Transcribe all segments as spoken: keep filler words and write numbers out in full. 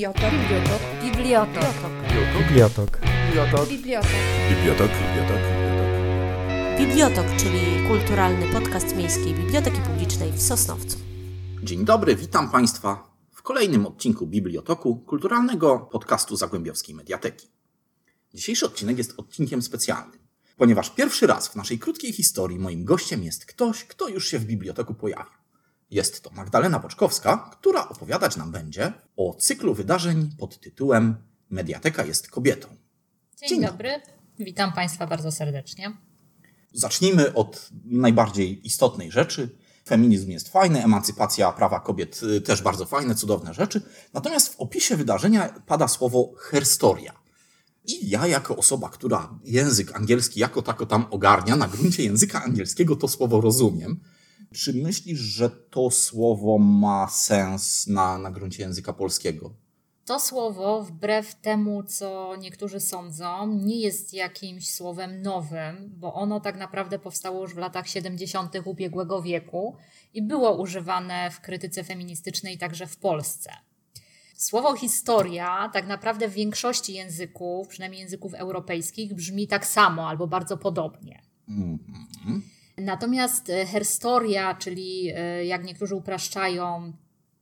Bibliotok. Bibliotok. Bibliotok. Bibliotok. Bibliotok. Bibliotok. Bibliotok. Bibliotok. Bibliotok, czyli kulturalny podcast Miejskiej Biblioteki Publicznej w Sosnowcu. Dzień dobry, witam Państwa w kolejnym odcinku Bibliotoku, kulturalnego podcastu Zagłębiowskiej Mediateki. Dzisiejszy odcinek jest odcinkiem specjalnym, ponieważ pierwszy raz w naszej krótkiej historii moim gościem jest ktoś, kto już się w biblioteku pojawił. Jest to Magdalena Boczkowska, która opowiadać nam będzie o cyklu wydarzeń pod tytułem Mediateka jest kobietą. Dzień, Dzień dobry, witam Państwa bardzo serdecznie. Zacznijmy od najbardziej istotnej rzeczy. Feminizm jest fajny, emancypacja prawa kobiet też bardzo fajne, cudowne rzeczy. Natomiast w opisie wydarzenia pada słowo herstoria. I ja jako osoba, która język angielski jako tako tam ogarnia, na gruncie języka angielskiego to słowo rozumiem. Czy myślisz, że to słowo ma sens na, na gruncie języka polskiego? To słowo, wbrew temu, co niektórzy sądzą, nie jest jakimś słowem nowym, bo ono tak naprawdę powstało już w latach siedemdziesiątych ubiegłego wieku i było używane w krytyce feministycznej także w Polsce. Słowo historia tak naprawdę w większości języków, przynajmniej języków europejskich, brzmi tak samo albo bardzo podobnie. Mm-hmm. Natomiast herstoria, czyli jak niektórzy upraszczają,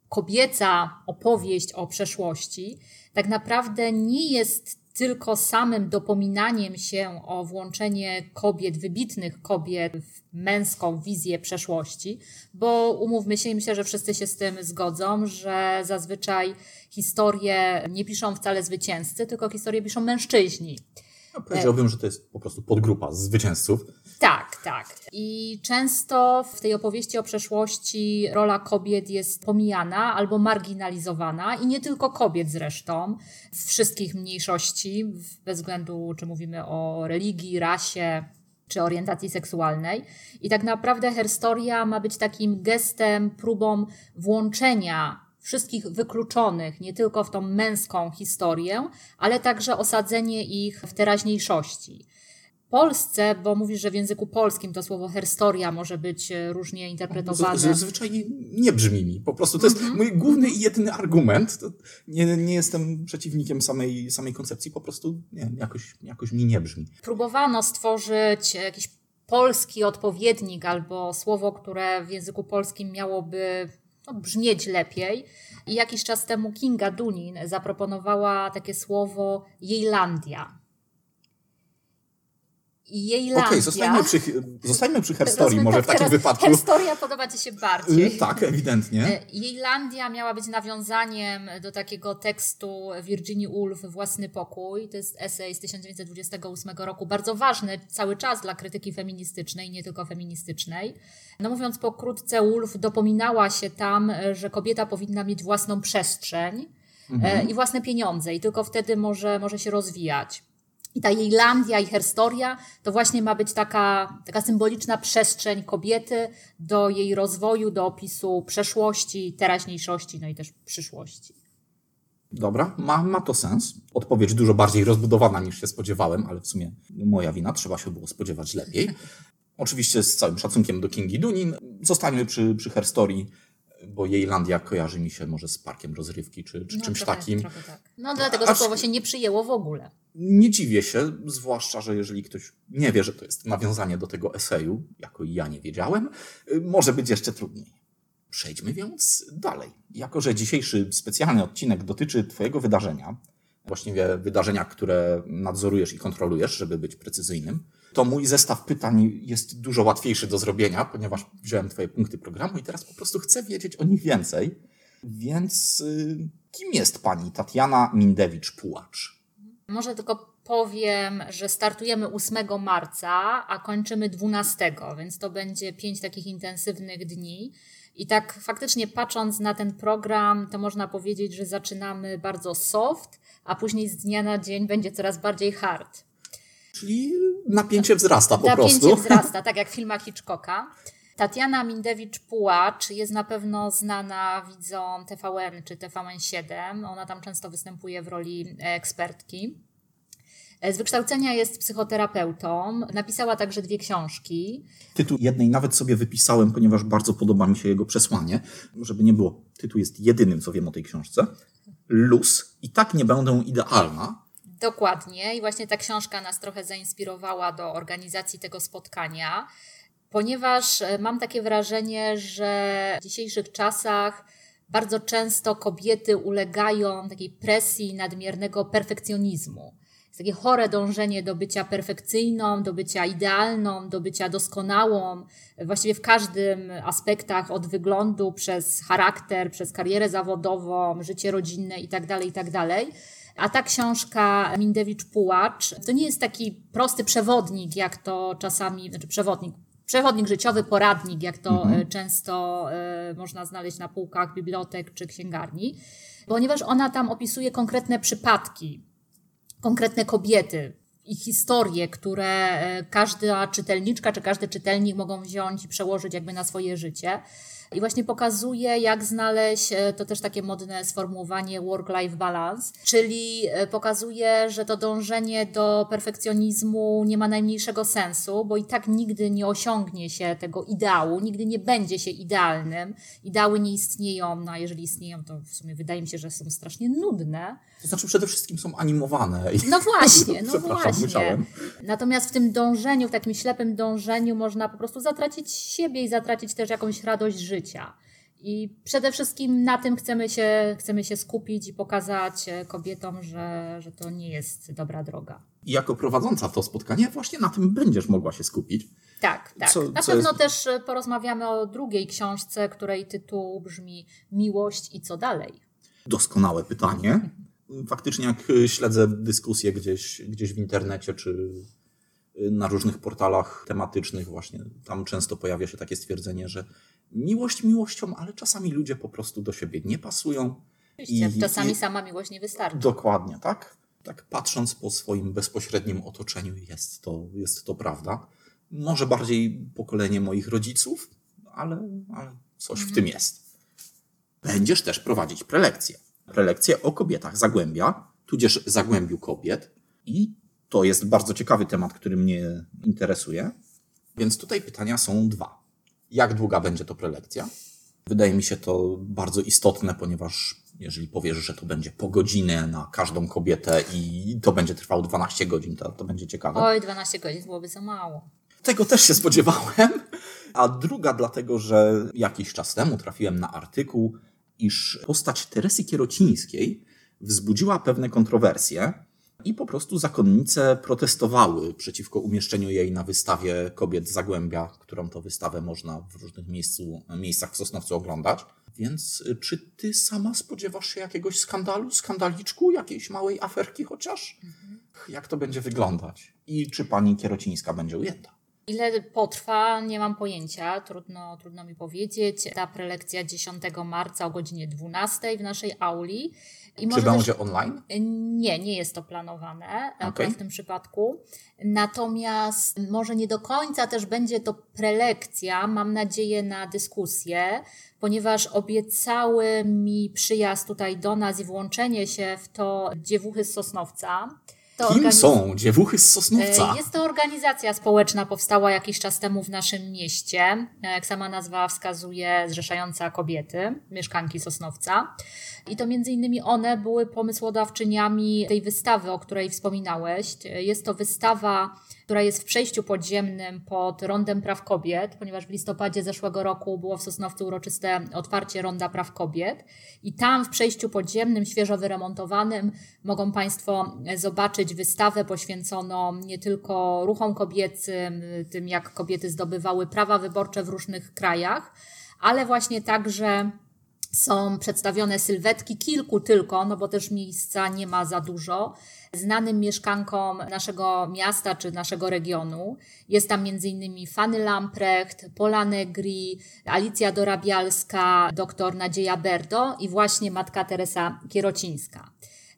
kobieca opowieść o przeszłości, tak naprawdę nie jest tylko samym dopominaniem się o włączenie kobiet, wybitnych kobiet w męską wizję przeszłości, bo umówmy się i myślę, że wszyscy się z tym zgodzą, że zazwyczaj historie nie piszą wcale zwycięzcy, tylko historie piszą mężczyźni. Ja powiedziałbym, że to jest po prostu podgrupa zwycięzców. Tak, tak. I często w tej opowieści o przeszłości rola kobiet jest pomijana albo marginalizowana i nie tylko kobiet zresztą, wszystkich mniejszości, bez względu czy mówimy o religii, rasie czy orientacji seksualnej. I tak naprawdę herstoria ma być takim gestem, próbą włączenia wszystkich wykluczonych, nie tylko w tą męską historię, ale także osadzenie ich w teraźniejszości. W Polsce, bo mówisz, że w języku polskim to słowo herstoria może być różnie interpretowane. Zazwyczaj nie brzmi mi. Po prostu to jest mm-hmm. mój główny i jedyny argument. To nie, nie jestem przeciwnikiem samej, samej koncepcji, po prostu nie, jakoś, jakoś mi nie brzmi. Próbowano stworzyć jakiś polski odpowiednik albo słowo, które w języku polskim miałoby no, brzmieć lepiej. I jakiś czas temu Kinga Dunin zaproponowała takie słowo Jejlandia. Jejlandia. Okej, okay, zostańmy przy, zostańmy przy herstorii może tak, w takim wypadku. Herstoria podoba Ci się bardziej. Tak, ewidentnie. Jejlandia miała być nawiązaniem do takiego tekstu Virginia Woolf Własny pokój. To jest esej z tysiąc dziewięćset dwudziestego ósmego roku, bardzo ważny cały czas dla krytyki feministycznej, nie tylko feministycznej. No mówiąc pokrótce, Woolf dopominała się tam, że kobieta powinna mieć własną przestrzeń mhm. i własne pieniądze i tylko wtedy może, może się rozwijać. I ta Jejlandia i herstoria to właśnie ma być taka, taka symboliczna przestrzeń kobiety do jej rozwoju, do opisu przeszłości, teraźniejszości, no i też przyszłości. Dobra, ma, ma to sens. Odpowiedź dużo bardziej rozbudowana niż się spodziewałem, ale w sumie moja wina, trzeba się było spodziewać lepiej. Oczywiście z całym szacunkiem do Kingi Dunin. Zostańmy przy, przy herstorii, bo Jejlandia kojarzy mi się może z parkiem rozrywki czy, czy no, czymś trochę, takim. Trochę tak. No dlatego to słowo się nie przyjęło w ogóle. Nie dziwię się, zwłaszcza, że jeżeli ktoś nie wie, że to jest nawiązanie do tego eseju, jako i ja nie wiedziałem, może być jeszcze trudniej. Przejdźmy więc dalej. Jako że dzisiejszy specjalny odcinek dotyczy Twojego wydarzenia, właściwie wydarzenia, które nadzorujesz i kontrolujesz, żeby być precyzyjnym, to mój zestaw pytań jest dużo łatwiejszy do zrobienia, ponieważ wziąłem Twoje punkty programu i teraz po prostu chcę wiedzieć o nich więcej. Więc yy, kim jest pani Tatiana Mindewicz-Pułacz? Może tylko powiem, że startujemy ósmego marca, a kończymy dwunastego, więc to będzie pięć takich intensywnych dni. I tak faktycznie patrząc na ten program, to można powiedzieć, że zaczynamy bardzo soft, a później z dnia na dzień będzie coraz bardziej hard. Czyli napięcie wzrasta po napięcie prostu. Napięcie wzrasta, tak jak w filmach Hitchcocka. Tatiana Mindewicz-Pułacz jest na pewno znana widzom T V N czy T V N siedem. Ona tam często występuje w roli ekspertki. Z wykształcenia jest psychoterapeutą. Napisała także dwie książki. Tytuł jednej nawet sobie wypisałem, ponieważ bardzo podoba mi się jego przesłanie. Żeby nie było, tytuł jest jedynym, co wiem o tej książce. luz i tak nie będę idealna. Dokładnie. I właśnie ta książka nas trochę zainspirowała do organizacji tego spotkania, ponieważ mam takie wrażenie, że w dzisiejszych czasach bardzo często kobiety ulegają takiej presji nadmiernego perfekcjonizmu. Jest takie chore dążenie do bycia perfekcyjną, do bycia idealną, do bycia doskonałą, właściwie w każdym aspektach, od wyglądu, przez charakter, przez karierę zawodową, życie rodzinne itd., itd. A ta książka Mindewicz-Pułacz to nie jest taki prosty przewodnik, jak to czasami, znaczy przewodnik, przewodnik życiowy, poradnik, jak to mhm. często y, można znaleźć na półkach bibliotek czy księgarni, ponieważ ona tam opisuje konkretne przypadki, konkretne kobiety, ich historie, które każda czytelniczka czy każdy czytelnik mogą wziąć i przełożyć jakby na swoje życie. I właśnie pokazuje, jak znaleźć, to też takie modne sformułowanie work-life balance, czyli pokazuje, że to dążenie do perfekcjonizmu nie ma najmniejszego sensu, bo i tak nigdy nie osiągnie się tego ideału, nigdy nie będzie się idealnym. Ideały nie istnieją, no a jeżeli istnieją, to w sumie wydaje mi się, że są strasznie nudne. To znaczy przede wszystkim są animowane. No właśnie, no właśnie. Musiałem. Natomiast w tym dążeniu, w takim ślepym dążeniu można po prostu zatracić siebie i zatracić też jakąś radość życia. I przede wszystkim na tym chcemy się, chcemy się skupić i pokazać kobietom, że, że to nie jest dobra droga. I jako prowadząca to spotkanie właśnie na tym będziesz mogła się skupić. Tak, tak. Co, na co pewno jest... też porozmawiamy o drugiej książce, której tytuł brzmi Miłość i co dalej? Doskonałe pytanie. Faktycznie jak śledzę dyskusje gdzieś, gdzieś w internecie czy na różnych portalach tematycznych właśnie, tam często pojawia się takie stwierdzenie, że miłość miłością, ale czasami ludzie po prostu do siebie nie pasują. Oczywiście, I, czasami i, sama miłość nie wystarczy. Dokładnie, tak? Tak patrząc po swoim bezpośrednim otoczeniu jest to, jest to prawda. Może bardziej pokolenie moich rodziców, ale, ale coś mm. w tym jest. Będziesz też prowadzić prelekcje. Prelekcje o kobietach Zagłębia, tudzież Zagłębiu kobiet. I to jest bardzo ciekawy temat, który mnie interesuje. Więc tutaj pytania są dwa. Jak długa będzie to prelekcja? Wydaje mi się to bardzo istotne, ponieważ jeżeli powiesz, że to będzie po godzinę na każdą kobietę i to będzie trwało dwanaście godzin, to, to będzie ciekawe. Oj, dwanaście godzin byłoby za mało. Tego też się spodziewałem. A druga dlatego, że jakiś czas temu trafiłem na artykuł, iż postać Teresy Kierocińskiej wzbudziła pewne kontrowersje i po prostu zakonnice protestowały przeciwko umieszczeniu jej na wystawie kobiet Zagłębia, którą to wystawę można w różnych miejscu, miejscach w Sosnowcu oglądać. Więc czy ty sama spodziewasz się jakiegoś skandalu, skandaliczku, jakiejś małej aferki chociaż? Mhm. Jak to będzie wyglądać? I czy pani Kierocińska będzie ujęta? Ile potrwa, nie mam pojęcia, trudno, trudno mi powiedzieć. Ta prelekcja dziesiątego marca o godzinie dwunastej w naszej auli. I Czy będzie też... online? Nie, nie jest to planowane okay. w tym przypadku. Natomiast może nie do końca też będzie to prelekcja, mam nadzieję na dyskusję, ponieważ obiecały mi przyjazd tutaj do nas i włączenie się w to dziewuchy z Sosnowca. To Kim organiz... są dziewuchy z Sosnowca? Jest to organizacja społeczna, powstała jakiś czas temu w naszym mieście, jak sama nazwa wskazuje, zrzeszająca kobiety, mieszkanki Sosnowca. I to między innymi one były pomysłodawczyniami tej wystawy, o której wspominałeś. Jest to wystawa, która jest w przejściu podziemnym pod Rondem Praw Kobiet, ponieważ w listopadzie zeszłego roku było w Sosnowcu uroczyste otwarcie Ronda Praw Kobiet. I tam w przejściu podziemnym, świeżo wyremontowanym, mogą Państwo zobaczyć wystawę poświęconą nie tylko ruchom kobiecym, tym jak kobiety zdobywały prawa wyborcze w różnych krajach, ale właśnie także są przedstawione sylwetki, kilku tylko, no bo też miejsca nie ma za dużo, znanym mieszkankom naszego miasta czy naszego regionu. Jest tam między innymi Fanny Lamprecht, Pola Negri, Alicja Dorabialska, doktor Nadzieja Berdo i właśnie matka Teresa Kierocińska.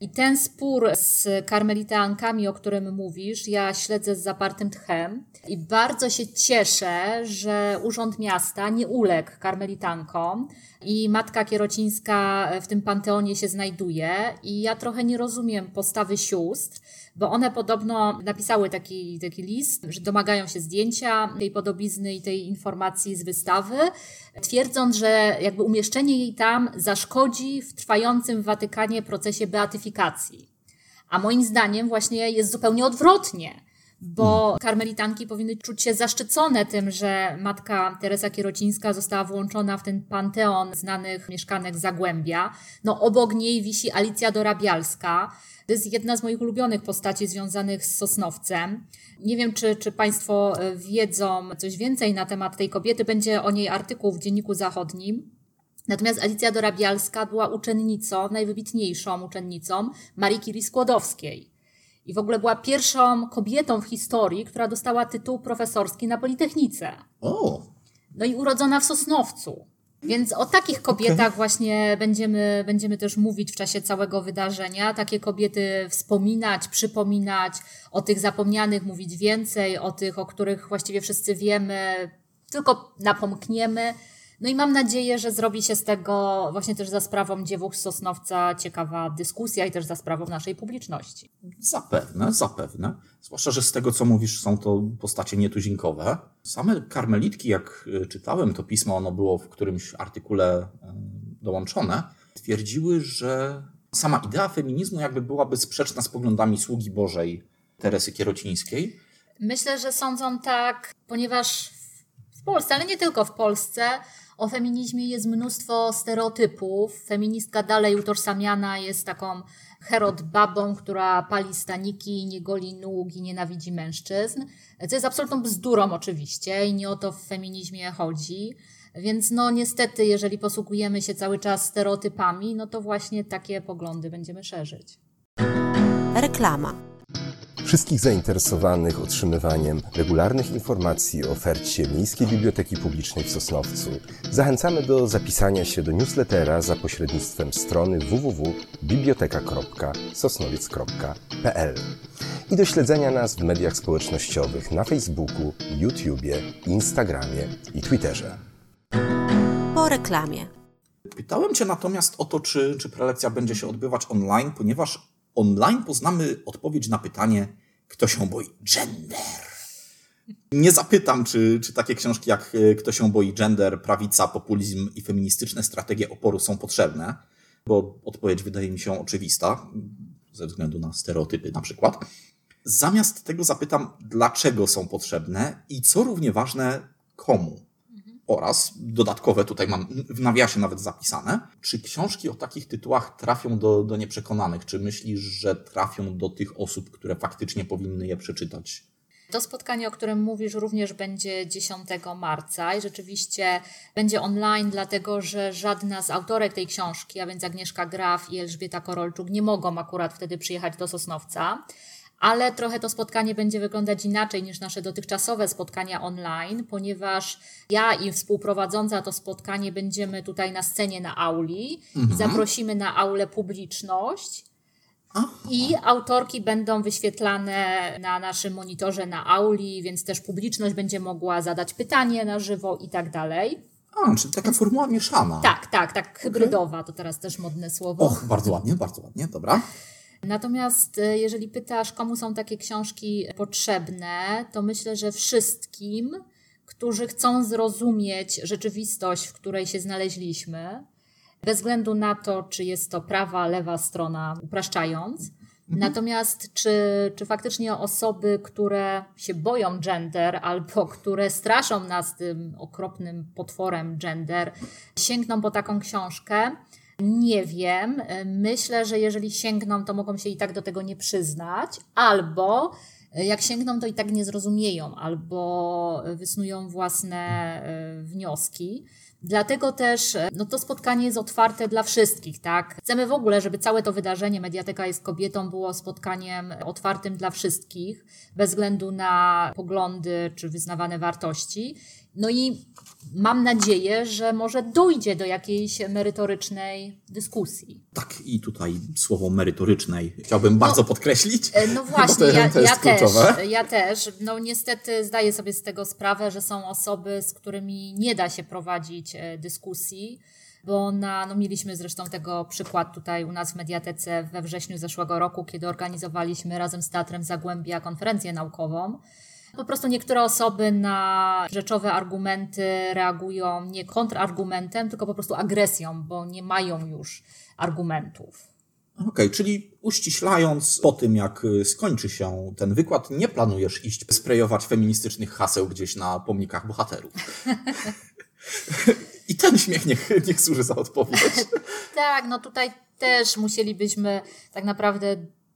I ten spór z karmelitankami, o którym mówisz, ja śledzę z zapartym tchem i bardzo się cieszę, że Urząd Miasta nie uległ karmelitankom i Matka Kierocińska w tym panteonie się znajduje i ja trochę nie rozumiem postawy sióstr, bo one podobno napisały taki, taki list, że domagają się zdjęcia tej podobizny i tej informacji z wystawy, twierdząc, że jakby umieszczenie jej tam zaszkodzi w trwającym w Watykanie procesie beatyfikacji. A moim zdaniem właśnie jest zupełnie odwrotnie, bo karmelitanki powinny czuć się zaszczycone tym, że Matka Teresa Kierocińska została włączona w ten panteon znanych mieszkanek Zagłębia. No obok niej wisi Alicja Dorabialska. To jest jedna z moich ulubionych postaci związanych z Sosnowcem. Nie wiem, czy, czy Państwo wiedzą coś więcej na temat tej kobiety. Będzie o niej artykuł w Dzienniku Zachodnim. Natomiast Alicja Dorabialska była uczennicą, najwybitniejszą uczennicą Marii Curie Skłodowskiej. I w ogóle była pierwszą kobietą w historii, która dostała tytuł profesorski na Politechnice. O. No i urodzona w Sosnowcu. Więc o takich kobietach okay. właśnie będziemy, będziemy też mówić w czasie całego wydarzenia. Takie kobiety wspominać, przypominać, o tych zapomnianych mówić więcej, o tych, o których właściwie wszyscy wiemy, tylko napomkniemy. No i mam nadzieję, że zrobi się z tego właśnie też za sprawą dziewuch z Sosnowca ciekawa dyskusja i też za sprawą naszej publiczności. Zapewne, zapewne. Zwłaszcza, że z tego, co mówisz, są to postacie nietuzinkowe. Same karmelitki, jak czytałem to pismo, ono było w którymś artykule dołączone, twierdziły, że sama idea feminizmu jakby byłaby sprzeczna z poglądami sługi Bożej Teresy Kierocińskiej. Myślę, że sądzą tak, ponieważ w Polsce, ale nie tylko w Polsce, o feminizmie jest mnóstwo stereotypów. Feministka dalej utożsamiana jest taką Herod babą, która pali staniki, nie goli nóg i nienawidzi mężczyzn. Co jest absolutną bzdurą oczywiście i nie o to w feminizmie chodzi. Więc no niestety, jeżeli posługujemy się cały czas stereotypami, no to właśnie takie poglądy będziemy szerzyć. Reklama. Wszystkich zainteresowanych otrzymywaniem regularnych informacji o ofercie Miejskiej Biblioteki Publicznej w Sosnowcu zachęcamy do zapisania się do newslettera za pośrednictwem strony w w w kropka biblioteka kropka sosnowiec kropka p l i do śledzenia nas w mediach społecznościowych na Facebooku, YouTubie, Instagramie i Twitterze. Po reklamie. Pytałem Cię natomiast o to, czy, czy prelekcja będzie się odbywać online, ponieważ online poznamy odpowiedź na pytanie, kto się boi gender. Nie zapytam, czy, czy takie książki jak Kto się boi gender, prawica, populizm i feministyczne strategie oporu są potrzebne, bo odpowiedź wydaje mi się oczywista, ze względu na stereotypy na przykład. Zamiast tego zapytam, dlaczego są potrzebne i co równie ważne, komu. Oraz dodatkowe, tutaj mam w nawiasie nawet zapisane, czy książki o takich tytułach trafią do, do nieprzekonanych? Czy myślisz, że trafią do tych osób, które faktycznie powinny je przeczytać? To spotkanie, o którym mówisz, również będzie dziesiątego marca i rzeczywiście będzie online, dlatego że żadna z autorek tej książki, a więc Agnieszka Graf i Elżbieta Korolczuk, nie mogą akurat wtedy przyjechać do Sosnowca. Ale trochę to spotkanie będzie wyglądać inaczej niż nasze dotychczasowe spotkania online, ponieważ ja i współprowadząca to spotkanie będziemy tutaj na scenie na auli mhm. i zaprosimy na aulę publiczność Aha. i autorki będą wyświetlane na naszym monitorze na auli, więc też publiczność będzie mogła zadać pytanie na żywo i tak dalej. A, czyli taka formuła mieszana. Tak, tak, tak, hybrydowa, okay. To teraz też modne słowo. Och, bardzo ładnie, bardzo ładnie, dobra. Natomiast jeżeli pytasz, komu są takie książki potrzebne, to myślę, że wszystkim, którzy chcą zrozumieć rzeczywistość, w której się znaleźliśmy, bez względu na to, czy jest to prawa, lewa strona, upraszczając. Mhm. Natomiast czy, czy faktycznie osoby, które się boją gender albo które straszą nas tym okropnym potworem gender, sięgną po taką książkę, nie wiem. Myślę, że jeżeli sięgną, to mogą się i tak do tego nie przyznać, albo jak sięgną, to i tak nie zrozumieją, albo wysnują własne wnioski. Dlatego też no, to spotkanie jest otwarte dla wszystkich, tak? Chcemy w ogóle, żeby całe to wydarzenie Mediateka jest kobietą było spotkaniem otwartym dla wszystkich, bez względu na poglądy czy wyznawane wartości. No i mam nadzieję, że może dojdzie do jakiejś merytorycznej dyskusji. Tak, i tutaj słowo merytorycznej chciałbym bardzo no, podkreślić. No właśnie, to, ja, to jest ja też, kluczowe. ja też. No niestety zdaję sobie z tego sprawę, że są osoby, z którymi nie da się prowadzić dyskusji, bo na, no mieliśmy zresztą tego przykład tutaj u nas w Mediatece we wrześniu zeszłego roku, kiedy organizowaliśmy razem z Teatrem Zagłębia konferencję naukową. Po prostu niektóre osoby na rzeczowe argumenty reagują nie kontrargumentem, tylko po prostu agresją, bo nie mają już argumentów. Okej, okay, czyli uściślając, po tym jak skończy się ten wykład, nie planujesz iść sprejować feministycznych haseł gdzieś na pomnikach bohaterów. I ten śmiech niech, niech służy za odpowiedź. Tak, no tutaj też musielibyśmy tak naprawdę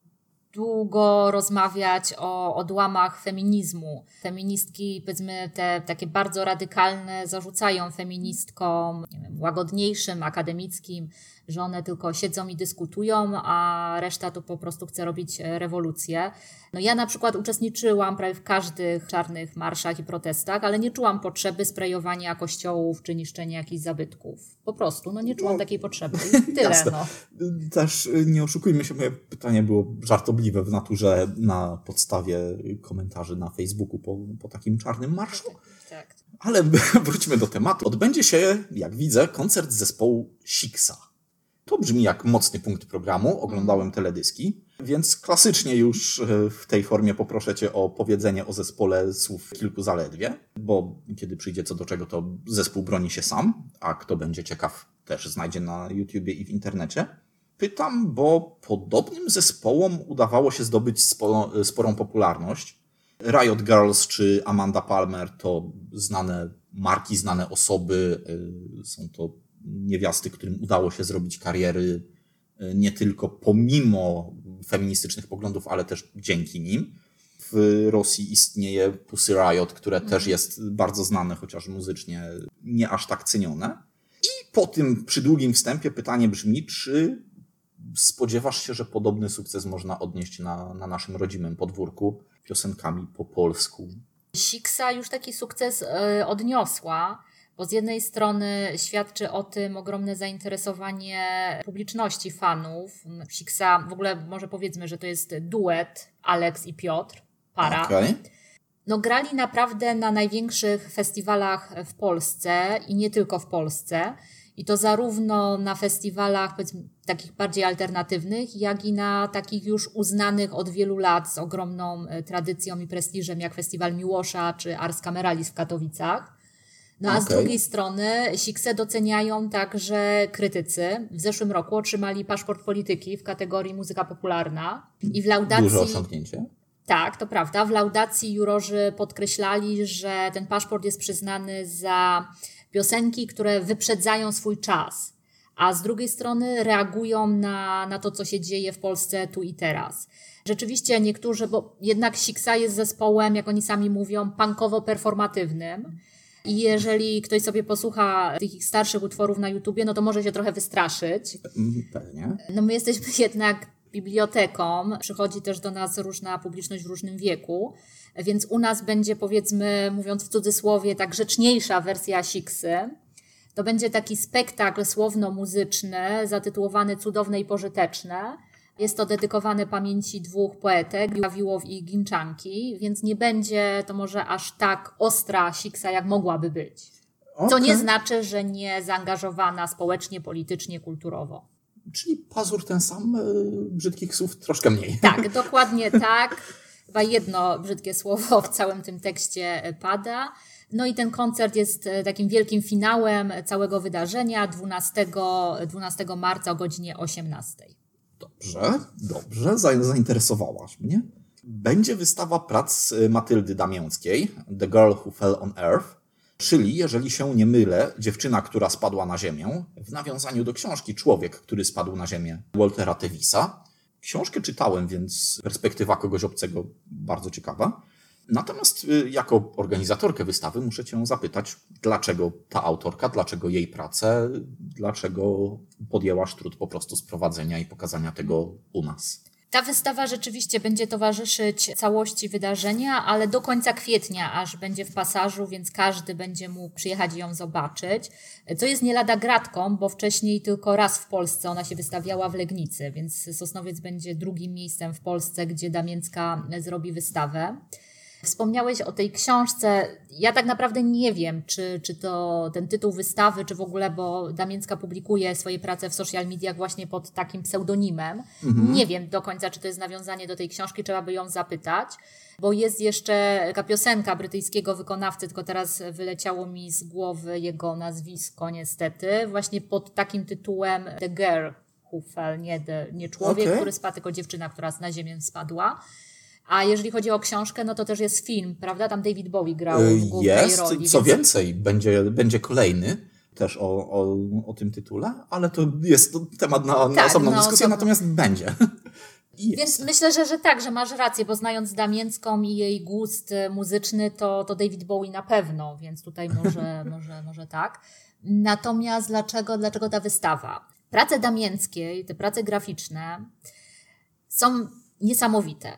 długo rozmawiać o odłamach feminizmu. Feministki, powiedzmy, te takie bardzo radykalne zarzucają feministkom, nie wiem, łagodniejszym, akademickim, że one tylko siedzą i dyskutują, a reszta to po prostu chce robić rewolucję. No ja na przykład uczestniczyłam prawie w każdych czarnych marszach i protestach, ale nie czułam potrzeby sprejowania kościołów czy niszczenia jakichś zabytków. Po prostu, no nie czułam no, takiej potrzeby. I tyle, jasne. No. Też nie oszukujmy się, moje pytanie było żartobliwe w naturze na podstawie komentarzy na Facebooku po, po takim czarnym marszu. Tak. Ale wróćmy do tematu. Odbędzie się, jak widzę, koncert zespołu Sixa. To brzmi jak mocny punkt programu. Oglądałem teledyski, więc klasycznie już w tej formie poproszę Cię o powiedzenie o zespole słów kilku zaledwie, bo kiedy przyjdzie co do czego, to zespół broni się sam, a kto będzie ciekaw, też znajdzie na YouTubie i w internecie. Pytam, bo podobnym zespołom udawało się zdobyć sporo, sporą popularność. Riot Girls czy Amanda Palmer to znane marki, znane osoby, są to niewiasty, którym udało się zrobić kariery nie tylko pomimo feministycznych poglądów, ale też dzięki nim. W Rosji istnieje Pussy Riot, które mm. też jest bardzo znane, chociaż muzycznie nie aż tak cenione. I po tym przydługim wstępie pytanie brzmi, czy spodziewasz się, że podobny sukces można odnieść na, na naszym rodzimym podwórku piosenkami po polsku? Sixa już taki sukces y, odniosła, bo z jednej strony świadczy o tym ogromne zainteresowanie publiczności, fanów. Sixa, w ogóle może powiedzmy, że to jest duet Alex i Piotr, para. Okay. No grali naprawdę na największych festiwalach w Polsce i nie tylko w Polsce. I to zarówno na festiwalach powiedzmy, takich bardziej alternatywnych, jak i na takich już uznanych od wielu lat z ogromną tradycją i prestiżem, jak Festiwal Miłosza czy Ars Cameralis w Katowicach. No a okay. z drugiej strony Sixę doceniają także krytycy. W zeszłym roku otrzymali paszport polityki w kategorii muzyka popularna. I w laudacji... Duże osiągnięcie. Tak, to prawda. W laudacji jurorzy podkreślali, że ten paszport jest przyznany za piosenki, które wyprzedzają swój czas, a z drugiej strony reagują na, na to, co się dzieje w Polsce tu i teraz. Rzeczywiście niektórzy, bo jednak Sixa jest zespołem, jak oni sami mówią, punkowo-performatywnym. I jeżeli ktoś sobie posłucha tych ich starszych utworów na YouTubie, no to może się trochę wystraszyć. Pewnie. No my jesteśmy jednak biblioteką, przychodzi też do nas różna publiczność w różnym wieku, więc u nas będzie, powiedzmy, mówiąc w cudzysłowie, tak grzeczniejsza wersja Sixy. To będzie taki spektakl słowno-muzyczny zatytułowany Cudowne i Pożyteczne. Jest to dedykowane pamięci dwóch poetek, Wawiłow i Ginczanki, więc nie będzie to może aż tak ostra Sixa, jak mogłaby być. Okay. Co nie znaczy, że nie zaangażowana społecznie, politycznie, kulturowo. Czyli pazur ten sam, yy, brzydkich słów troszkę mniej. Tak, dokładnie tak. Chyba jedno brzydkie słowo w całym tym tekście pada. No i ten koncert jest takim wielkim finałem całego wydarzenia dwunastego marca o godzinie osiemnastej. Dobrze, dobrze, zainteresowałaś mnie. Będzie wystawa prac Matyldy Damięckiej, The Girl Who Fell on Earth, czyli, jeżeli się nie mylę, dziewczyna, która spadła na ziemię, w nawiązaniu do książki Człowiek, który spadł na ziemię Waltera Tevisa. Książkę czytałem, więc perspektywa kogoś obcego bardzo ciekawa. Natomiast jako organizatorkę wystawy muszę Cię zapytać, dlaczego ta autorka, dlaczego jej prace, dlaczego podjęłaś trud po prostu sprowadzenia i pokazania tego u nas? Ta wystawa rzeczywiście będzie towarzyszyć całości wydarzenia, ale do końca kwietnia aż będzie w Pasażu, więc każdy będzie mógł przyjechać i ją zobaczyć. Co jest nie lada gratką, bo wcześniej tylko raz w Polsce ona się wystawiała w Legnicy, więc Sosnowiec będzie drugim miejscem w Polsce, gdzie Damięcka zrobi wystawę. Wspomniałeś o tej książce. Ja tak naprawdę nie wiem, czy, czy to ten tytuł wystawy, czy w ogóle, bo Damięcka publikuje swoje prace w social mediach właśnie pod takim pseudonimem. Mhm. Nie wiem do końca, czy to jest nawiązanie do tej książki, trzeba by ją zapytać, bo jest jeszcze taka piosenka brytyjskiego wykonawcy, tylko teraz wyleciało mi z głowy jego nazwisko niestety, właśnie pod takim tytułem The Girl Who Fell, nie, the, nie człowiek, okay. który spadł, tylko dziewczyna, która na ziemię spadła. A jeżeli chodzi o książkę, no to też jest film, prawda? Tam David Bowie grał w głównej jest, roli. Jest, co więc... więcej, będzie, będzie kolejny też o, o, o tym tytule, ale to jest to temat na, na tak, osobną no, dyskusję, osobno. Natomiast będzie. Więc myślę, że, że tak, że masz rację, bo znając Damięcką i jej gust muzyczny, to, to David Bowie na pewno, więc tutaj może, może, może tak. Natomiast dlaczego, dlaczego ta wystawa? Prace Damięckiej, te prace graficzne są niesamowite.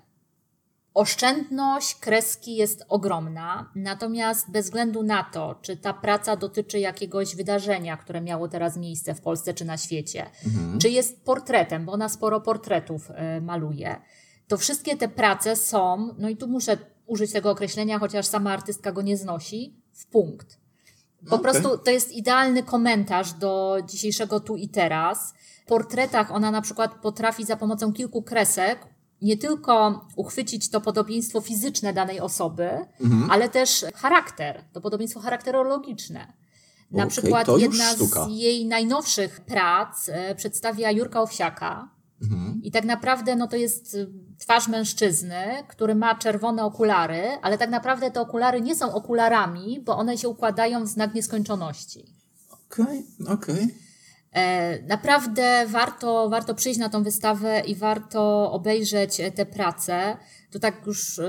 Oszczędność kreski jest ogromna, natomiast bez względu na to, czy ta praca dotyczy jakiegoś wydarzenia, które miało teraz miejsce w Polsce czy na świecie, mhm. czy jest portretem, bo ona sporo portretów y, maluje, to wszystkie te prace są, no i tu muszę użyć tego określenia, chociaż sama artystka go nie znosi, w punkt. Po okay. prostu to jest idealny komentarz do dzisiejszego tu i teraz. W portretach ona na przykład potrafi za pomocą kilku kresek nie tylko uchwycić to podobieństwo fizyczne danej osoby, mhm. ale też charakter, to podobieństwo charakterologiczne. Na okay, przykład jedna sztuka. z jej najnowszych prac e, przedstawia Jurka Owsiaka mhm. i tak naprawdę no, to jest twarz mężczyzny, który ma czerwone okulary, ale tak naprawdę te okulary nie są okularami, bo one się układają w znak nieskończoności. Okej, okay, okej. Okay. Naprawdę warto, warto przyjść na tą wystawę i warto obejrzeć te prace. To tak już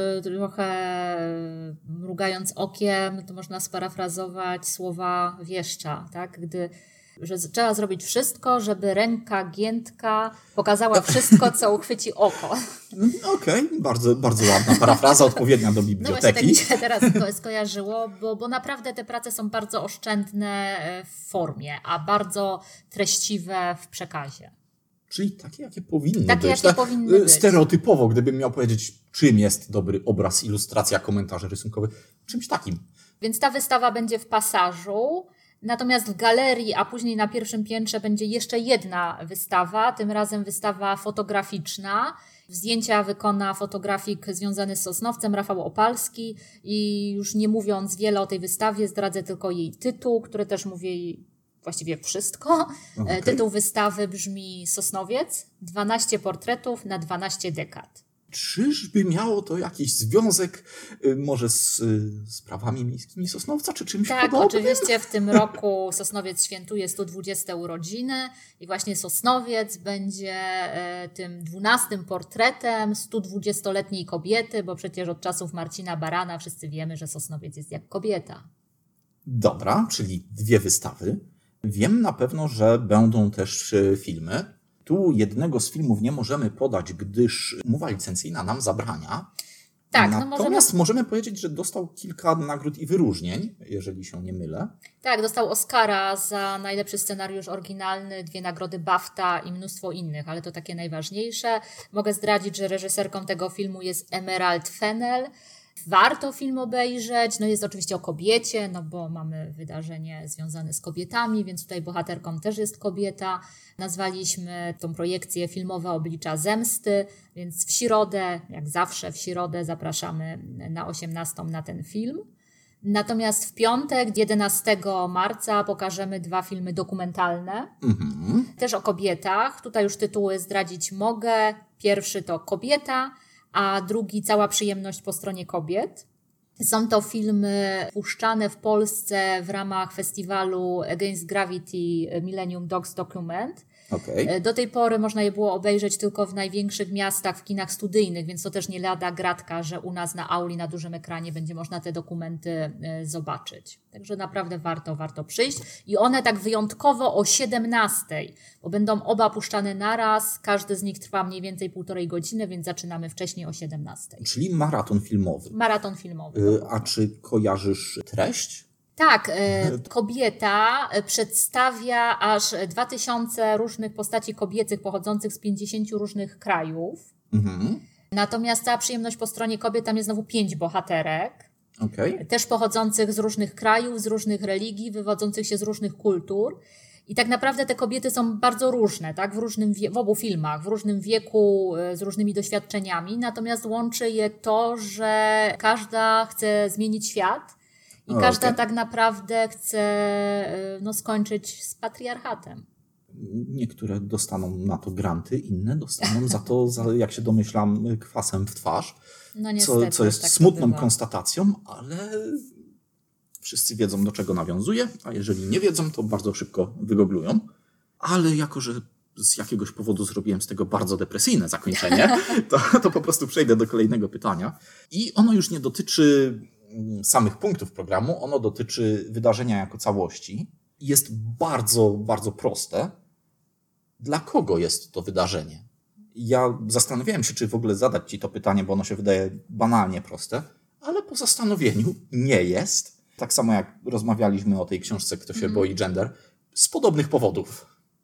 trochę mrugając okiem, to można sparafrazować słowa wieszcza, tak? Gdy, że trzeba zrobić wszystko, żeby ręka giętka pokazała wszystko, co uchwyci oko. Okej, okay. bardzo, bardzo ładna parafraza, odpowiednia do biblioteki. No właśnie tak mi się teraz sko- skojarzyło, bo, bo naprawdę te prace są bardzo oszczędne w formie, a bardzo treściwe w przekazie. Czyli takie, jakie powinny takie, być. Jakie tak, powinny być. Stereotypowo, gdybym miał powiedzieć, czym jest dobry obraz, ilustracja, komentarz rysunkowy, czymś takim. Więc ta wystawa będzie w Pasażu. Natomiast w galerii, a później na pierwszym piętrze będzie jeszcze jedna wystawa, tym razem wystawa fotograficzna. Zdjęcia wykona fotografik związany z Sosnowcem, Rafał Opalski i już nie mówiąc wiele o tej wystawie, zdradzę tylko jej tytuł, który też mówi właściwie wszystko. Okay. Tytuł wystawy brzmi Sosnowiec, dwanaście portretów na dwanaście dekad. Czyżby miało to jakiś związek y, może z y, sprawami miejskimi Sosnowca, czy czymś tak, podobnym? Tak, oczywiście w tym roku Sosnowiec świętuje sto dwudzieste urodziny i właśnie Sosnowiec będzie y, tym dwunastym portretem sto dwudziestoletniej kobiety, bo przecież od czasów Marcina Barana wszyscy wiemy, że Sosnowiec jest jak kobieta. Dobra, czyli dwie wystawy. Wiem na pewno, że będą też y, filmy. Tu jednego z filmów nie możemy podać, gdyż umowa licencyjna nam zabrania. Tak, Natomiast no możemy... możemy powiedzieć, że dostał kilka nagród i wyróżnień, jeżeli się nie mylę. Tak, dostał Oscara za najlepszy scenariusz oryginalny, dwie nagrody BAFTA i mnóstwo innych, ale to takie najważniejsze. Mogę zdradzić, że reżyserką tego filmu jest Emerald Fennell. Warto film obejrzeć, no jest oczywiście o kobiecie, no bo mamy wydarzenie związane z kobietami, więc tutaj bohaterką też jest kobieta. Nazwaliśmy tą projekcję Filmowe oblicza zemsty, więc w środę, jak zawsze w środę zapraszamy na osiemnastą na ten film. Natomiast w piątek, jedenastego marca pokażemy dwa filmy dokumentalne, mhm. też o kobietach. Tutaj już tytuły zdradzić mogę. Pierwszy to Kobieta, a drugi Cała przyjemność po stronie kobiet. Są to filmy puszczane w Polsce w ramach festiwalu Against Gravity Millennium Dogs Document. Okay. Do tej pory można je było obejrzeć tylko w największych miastach, w kinach studyjnych, więc to też nie lada gratka, że u nas na auli, na dużym ekranie będzie można te dokumenty zobaczyć. Także naprawdę warto, warto przyjść. I one tak wyjątkowo o siedemnastej, bo będą oba puszczane naraz, każdy z nich trwa mniej więcej półtorej godziny, więc zaczynamy wcześniej o siedemnastej. Czyli maraton filmowy. Maraton filmowy. Y, a czy kojarzysz treść? Tak, Kobieta przedstawia aż dwa tysiące różnych postaci kobiecych pochodzących z pięćdziesięciu różnych krajów. Mhm. Natomiast cała przyjemność po stronie kobiet, tam jest znowu pięć bohaterek. Okay. Też pochodzących z różnych krajów, z różnych religii, wywodzących się z różnych kultur. I tak naprawdę te kobiety są bardzo różne, tak? W różnym wie- w obu filmach, w różnym wieku, z różnymi doświadczeniami. Natomiast łączy je to, że każda chce zmienić świat. I o, każda okay. tak naprawdę chce no, skończyć z patriarchatem. Niektóre dostaną na to granty, inne dostaną za to, za, jak się domyślam, kwasem w twarz. No niestety, co, co jest tak smutną konstatacją, ale wszyscy wiedzą, do czego nawiązuje, a jeżeli nie wiedzą, to bardzo szybko wygoglują. Ale jako, że z jakiegoś powodu zrobiłem z tego bardzo depresyjne zakończenie, to, to po prostu przejdę do kolejnego pytania. I ono już nie dotyczy samych punktów programu, ono dotyczy wydarzenia jako całości. Jest bardzo, bardzo proste. Dla kogo jest to wydarzenie? Ja zastanawiałem się, czy w ogóle zadać ci to pytanie, bo ono się wydaje banalnie proste, ale po zastanowieniu nie jest. Tak samo jak rozmawialiśmy o tej książce Kto się mm. boi gender, z podobnych powodów.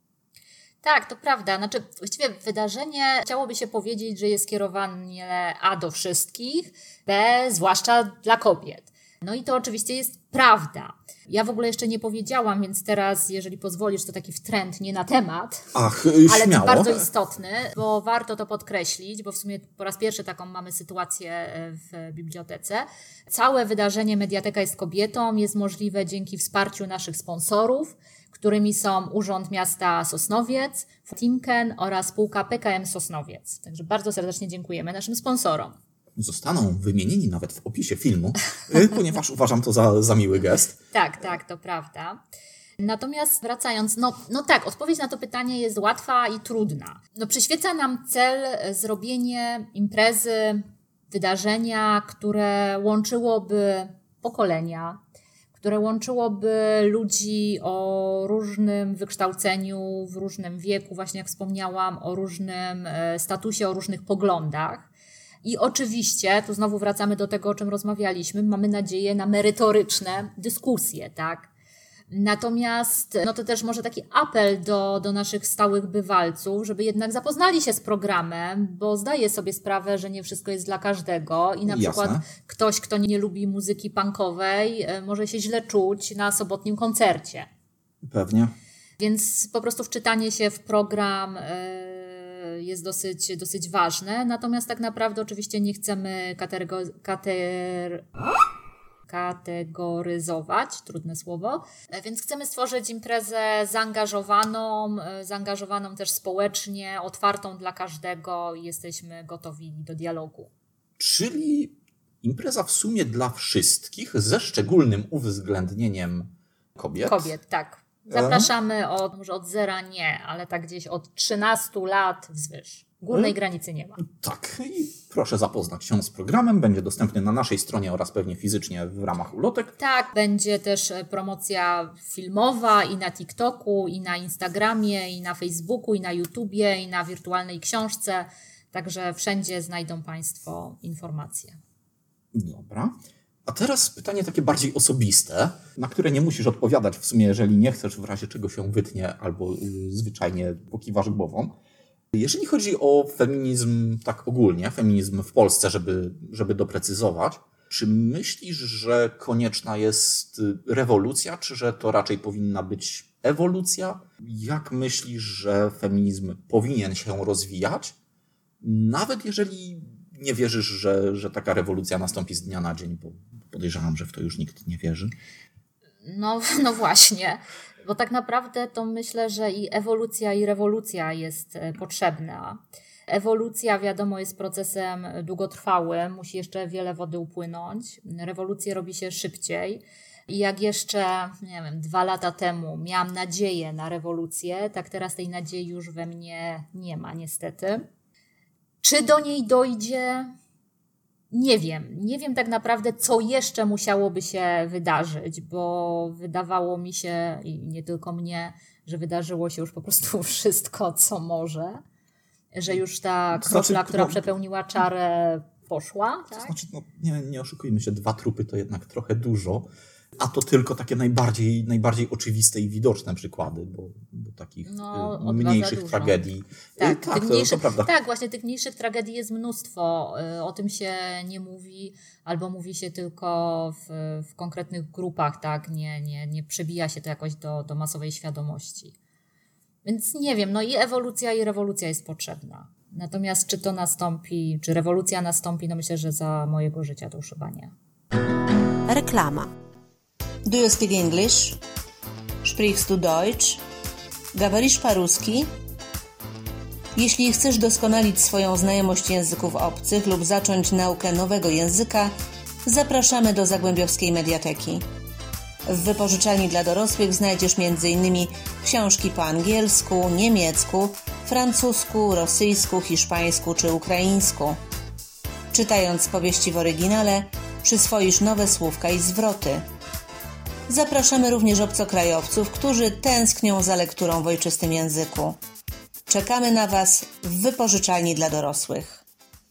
Tak, to prawda. Znaczy, właściwie wydarzenie, chciałoby się powiedzieć, że jest skierowane A do wszystkich, B zwłaszcza dla kobiet. No i to oczywiście jest prawda. Ja w ogóle jeszcze nie powiedziałam, więc teraz, jeżeli pozwolisz, to taki wtręt nie na temat, Ach, ale śmiało. bardzo istotny, bo warto to podkreślić, bo w sumie po raz pierwszy taką mamy sytuację w bibliotece. Całe wydarzenie Mediateka jest kobietą jest możliwe dzięki wsparciu naszych sponsorów, którymi są Urząd Miasta Sosnowiec, Timken oraz spółka P K M Sosnowiec. Także bardzo serdecznie dziękujemy naszym sponsorom. Zostaną wymienieni nawet w opisie filmu, ponieważ uważam to za, za miły gest. Tak, tak, to prawda. Natomiast wracając, no, no tak, odpowiedź na to pytanie jest łatwa i trudna. No, przyświeca nam cel zrobienie imprezy, wydarzenia, które łączyłoby pokolenia, które łączyłoby ludzi o różnym wykształceniu, w różnym wieku, właśnie jak wspomniałam, o różnym statusie, o różnych poglądach. I oczywiście, tu znowu wracamy do tego, o czym rozmawialiśmy, mamy nadzieję na merytoryczne dyskusje, tak? Natomiast no to też może taki apel do, do naszych stałych bywalców, żeby jednak zapoznali się z programem, bo zdaję sobie sprawę, że nie wszystko jest dla każdego i na Jasne. przykład ktoś, kto nie lubi muzyki punkowej, może się źle czuć na sobotnim koncercie. Pewnie. Więc po prostu wczytanie się w program jest dosyć, dosyć ważne, natomiast tak naprawdę oczywiście nie chcemy kategor- kater- kategoryzować, trudne słowo, więc chcemy stworzyć imprezę zaangażowaną, zaangażowaną też społecznie, otwartą dla każdego i jesteśmy gotowi do dialogu. Czyli impreza w sumie dla wszystkich, ze szczególnym uwzględnieniem kobiet. Kobiet, tak. Zapraszamy od, może od zera nie, ale tak gdzieś od trzynastu lat wzwyż. Górnej granicy nie ma. Tak. I proszę zapoznać się z programem. Będzie dostępny na naszej stronie oraz pewnie fizycznie w ramach ulotek. Tak, będzie też promocja filmowa i na TikToku, i na Instagramie, i na Facebooku, i na YouTubie, i na wirtualnej książce. Także wszędzie znajdą Państwo informacje. Dobra. A teraz pytanie takie bardziej osobiste, na które nie musisz odpowiadać w sumie, jeżeli nie chcesz, w razie czego się wytnie albo y, zwyczajnie pokiwasz głową. Jeżeli chodzi o feminizm tak ogólnie, feminizm w Polsce, żeby, żeby doprecyzować, czy myślisz, że konieczna jest rewolucja, czy że to raczej powinna być ewolucja? Jak myślisz, że feminizm powinien się rozwijać? Nawet jeżeli nie wierzysz, że, że taka rewolucja nastąpi z dnia na dzień, bo podejrzewam, że w to już nikt nie wierzy. No, no właśnie, bo tak naprawdę to myślę, że i ewolucja, i rewolucja jest potrzebna. Ewolucja, wiadomo, jest procesem długotrwałym, musi jeszcze wiele wody upłynąć. Rewolucja robi się szybciej. I jak jeszcze, nie wiem, dwa lata temu miałam nadzieję na rewolucję, tak teraz tej nadziei już we mnie nie ma niestety. Czy do niej dojdzie? Nie wiem. Nie wiem tak naprawdę, co jeszcze musiałoby się wydarzyć, bo wydawało mi się, i nie tylko mnie, że wydarzyło się już po prostu wszystko, co może. Że już ta kropla, znaczy, która no, przepełniła czarę, poszła. Tak? To znaczy, no, nie, nie oszukujmy się, dwa trupy to jednak trochę dużo, a to tylko takie najbardziej, najbardziej oczywiste i widoczne przykłady, bo, bo takich no, y, mniejszych tragedii. Tak, y, tak, tych to, mniejszych, to prawda. tak, właśnie tych mniejszych tragedii jest mnóstwo. O tym się nie mówi, albo mówi się tylko w, w konkretnych grupach, tak, nie, nie, nie przebija się to jakoś do, do masowej świadomości. Więc nie wiem, no i ewolucja i rewolucja jest potrzebna. Natomiast czy to nastąpi, czy rewolucja nastąpi, no myślę, że za mojego życia to już chyba nie. Reklama. Do you speak English? Sprichst du Deutsch? Говоришь по-русски? Jeśli chcesz doskonalić swoją znajomość języków obcych lub zacząć naukę nowego języka, zapraszamy do Zagłębiowskiej Mediateki. W wypożyczalni dla dorosłych znajdziesz między innymi książki po angielsku, niemiecku, francusku, rosyjsku, hiszpańsku czy ukraińsku. Czytając powieści w oryginale, przyswoisz nowe słówka i zwroty. Zapraszamy również obcokrajowców, którzy tęsknią za lekturą w ojczystym języku. Czekamy na Was w wypożyczalni dla dorosłych.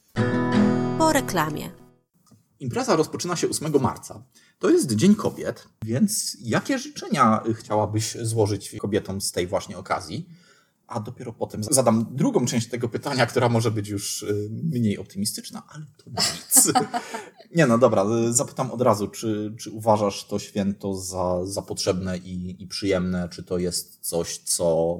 Po reklamie. Impreza rozpoczyna się ósmego marca. To jest Dzień Kobiet, więc jakie życzenia chciałabyś złożyć kobietom z tej właśnie okazji? A dopiero potem zadam drugą część tego pytania, która może być już mniej optymistyczna, ale to nic. Nie no, dobra, zapytam od razu, czy, czy uważasz to święto za, za potrzebne i, i przyjemne? Czy to jest coś, co,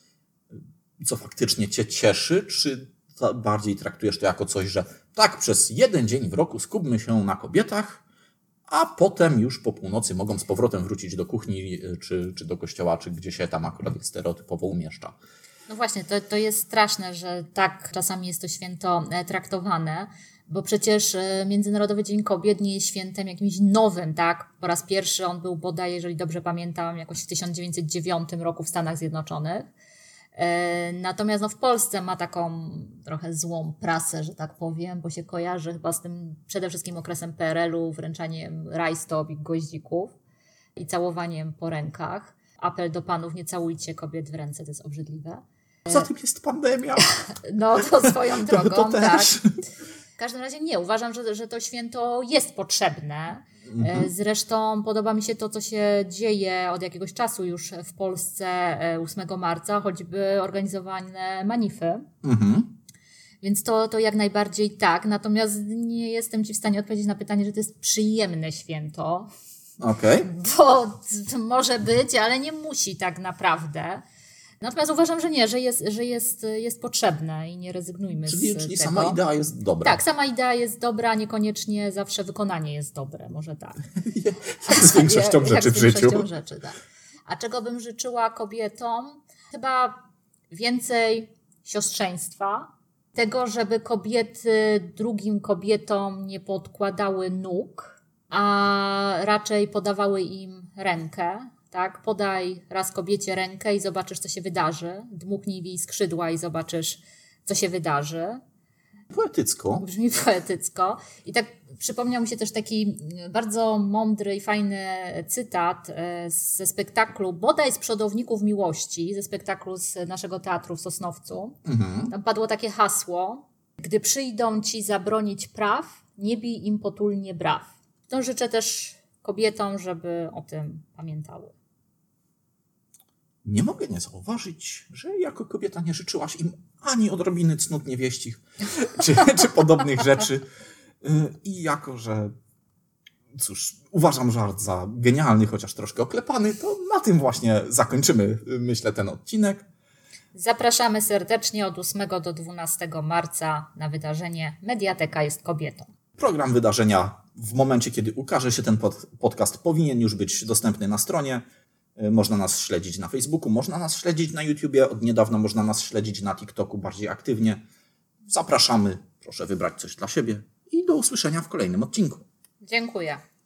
co faktycznie cię cieszy? Czy bardziej traktujesz to jako coś, że tak, przez jeden dzień w roku skupmy się na kobietach, a potem już po północy mogą z powrotem wrócić do kuchni, czy, czy do kościoła, czy gdzie się tam akurat ich stereotypowo umieszcza. No właśnie, to, to jest straszne, że tak czasami jest to święto traktowane, bo przecież Międzynarodowy Dzień Kobiet nie jest świętem jakimś nowym, tak? Po raz pierwszy on był bodaj, jeżeli dobrze pamiętam, jakoś w tysiąc dziewięćset dziewiątym roku w Stanach Zjednoczonych. Natomiast no, w Polsce ma taką trochę złą prasę, że tak powiem, bo się kojarzy chyba z tym przede wszystkim okresem P R L u, wręczaniem rajstop i goździków i całowaniem po rękach. Apel do panów, nie całujcie kobiet w ręce, to jest obrzydliwe. Poza tym jest pandemia. No to swoją drogą, to, to tak. też. W każdym razie nie, uważam, że, że to święto jest potrzebne. Mhm. Zresztą podoba mi się to, co się dzieje od jakiegoś czasu już w Polsce ósmego marca, choćby organizowane manify. Mhm. Więc to, to jak najbardziej tak. Natomiast nie jestem Ci w stanie odpowiedzieć na pytanie, że to jest przyjemne święto. Okej. Okay. Bo to może być, ale nie musi tak naprawdę. Natomiast uważam, że nie, że jest, że jest, jest potrzebne i nie rezygnujmy czyli, z czyli tego. sama idea jest dobra. Tak, sama idea jest dobra, niekoniecznie zawsze wykonanie jest dobre, może tak. Jak z większością jak, rzeczy jak w życiu. Z większością rzeczy, tak. A czego bym życzyła kobietom? Chyba więcej siostrzeństwa. Tego, żeby kobiety drugim kobietom nie podkładały nóg, a raczej podawały im rękę. Tak, podaj raz kobiecie rękę i zobaczysz, co się wydarzy. Dmuchnij w jej skrzydła i zobaczysz, co się wydarzy. Poetycko. Brzmi poetycko. I tak przypomniał mi się też taki bardzo mądry i fajny cytat ze spektaklu, bodaj z Przodowników Miłości, ze spektaklu z naszego teatru w Sosnowcu. Mhm. Tam padło takie hasło: gdy przyjdą ci zabronić praw, nie bij im potulnie braw. To życzę też kobietom, żeby o tym pamiętały. Nie mogę nie zauważyć, że jako kobieta nie życzyłaś im ani odrobiny cnót niewieścich, czy, czy podobnych rzeczy. I jako, że cóż, uważam żart za genialny, chociaż troszkę oklepany, to na tym właśnie zakończymy, myślę, ten odcinek. Zapraszamy serdecznie od ósmego do dwunastego marca na wydarzenie Mediateka jest kobietą. Program wydarzenia w momencie, kiedy ukaże się ten pod, podcast, powinien już być dostępny na stronie. Można nas śledzić na Facebooku, można nas śledzić na YouTubie, od niedawna można nas śledzić na TikToku bardziej aktywnie. Zapraszamy, proszę wybrać coś dla siebie i do usłyszenia w kolejnym odcinku. Dziękuję.